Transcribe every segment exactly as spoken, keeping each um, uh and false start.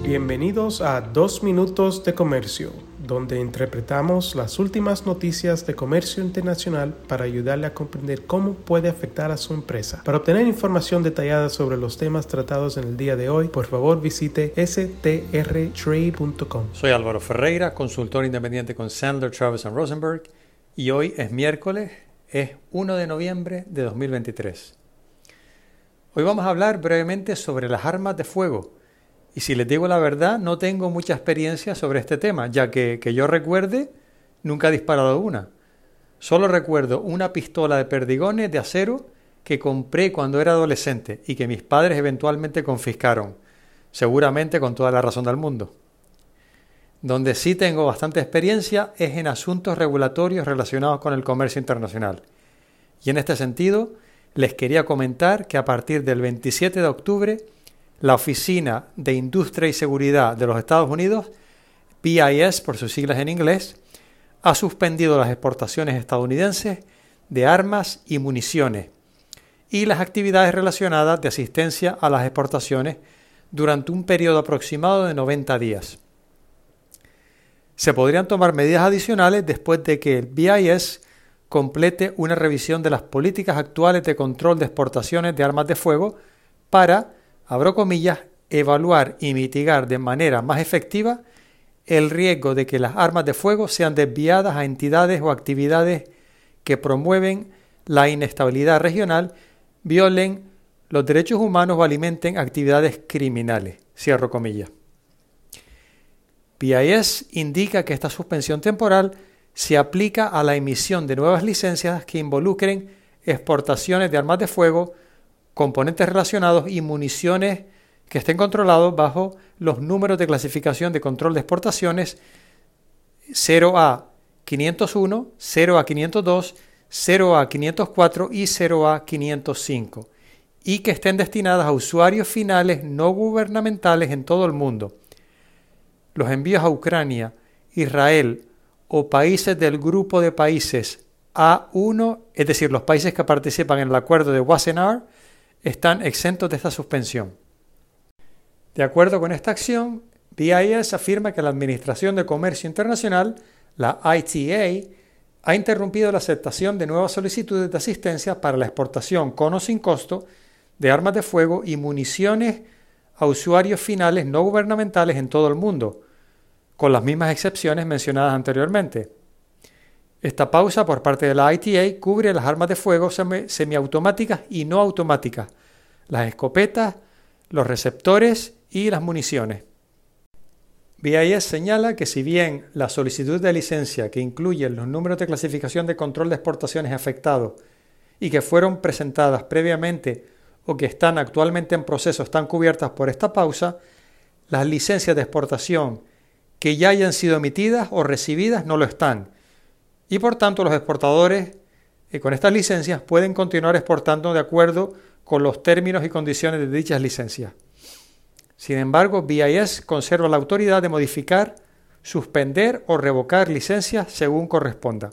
Bienvenidos a Dos Minutos de Comercio, donde interpretamos las últimas noticias de comercio internacional para ayudarle a comprender cómo puede afectar a su empresa. Para obtener información detallada sobre los temas tratados en el día de hoy, por favor visite s t r trade punto com. Soy Álvaro Ferreira, consultor independiente con Sandler, Travis and Rosenberg, y hoy es miércoles, es primero de noviembre de dos mil veintitrés. Hoy vamos a hablar brevemente sobre las armas de fuego. Y si les digo la verdad, no tengo mucha experiencia sobre este tema, ya que, que yo recuerde, nunca he disparado una. Solo recuerdo una pistola de perdigones de acero que compré cuando era adolescente y que mis padres eventualmente confiscaron, seguramente con toda la razón del mundo. Donde sí tengo bastante experiencia es en asuntos regulatorios relacionados con el comercio internacional. Y en este sentido, les quería comentar que a partir del veintisiete de octubre, la Oficina de Industria y Seguridad de los Estados Unidos, B I S por sus siglas en inglés, ha suspendido las exportaciones estadounidenses de armas y municiones y las actividades relacionadas de asistencia a las exportaciones durante un periodo aproximado de noventa días. Se podrían tomar medidas adicionales después de que el B I S complete una revisión de las políticas actuales de control de exportaciones de armas de fuego para, abro comillas, evaluar y mitigar de manera más efectiva el riesgo de que las armas de fuego sean desviadas a entidades o actividades que promueven la inestabilidad regional, violen los derechos humanos o alimenten actividades criminales. Cierro comillas. B I S indica que esta suspensión temporal se aplica a la emisión de nuevas licencias que involucren exportaciones de armas de fuego, componentes relacionados y municiones que estén controlados bajo los números de clasificación de control de exportaciones cero A quinientos uno, cero A quinientos dos, cero A quinientos cuatro y cero A quinientos cinco, y que estén destinadas a usuarios finales no gubernamentales en todo el mundo. Los envíos a Ucrania, Israel o países del grupo de países A uno, es decir, los países que participan en el acuerdo de Wassenaar, están exentos de esta suspensión. De acuerdo con esta acción, B I S afirma que la Administración de Comercio Internacional, la I T A, ha interrumpido la aceptación de nuevas solicitudes de asistencia para la exportación con o sin costo de armas de fuego y municiones a usuarios finales no gubernamentales en todo el mundo, con las mismas excepciones mencionadas anteriormente. Esta pausa por parte de la I T A cubre las armas de fuego semi- semiautomáticas y no automáticas, las escopetas, los receptores y las municiones. B I S señala que si bien la solicitud de licencia que incluye los números de clasificación de control de exportaciones afectados y que fueron presentadas previamente o que están actualmente en proceso están cubiertas por esta pausa, las licencias de exportación que ya hayan sido emitidas o recibidas no lo están. Y por tanto los exportadores eh, con estas licencias pueden continuar exportando de acuerdo con los términos y condiciones de dichas licencias. Sin embargo, B I S conserva la autoridad de modificar, suspender o revocar licencias según corresponda.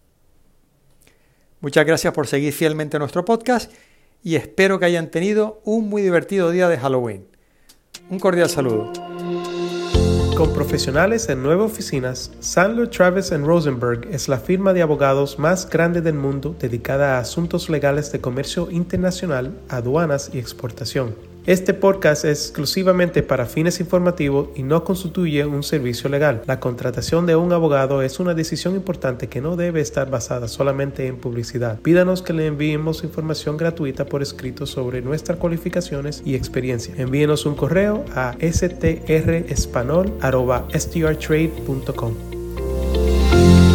Muchas gracias por seguir fielmente nuestro podcast y espero que hayan tenido un muy divertido día de Halloween. Un cordial saludo. Con profesionales en nueve oficinas, Sandler, Travis and Rosenberg es la firma de abogados más grande del mundo dedicada a asuntos legales de comercio internacional, aduanas y exportación. Este podcast es exclusivamente para fines informativos y no constituye un servicio legal. La contratación de un abogado es una decisión importante que no debe estar basada solamente en publicidad. Pídanos que le enviemos información gratuita por escrito sobre nuestras cualificaciones y experiencia. Envíenos un correo a s t r espanol arroba s t r trade punto com.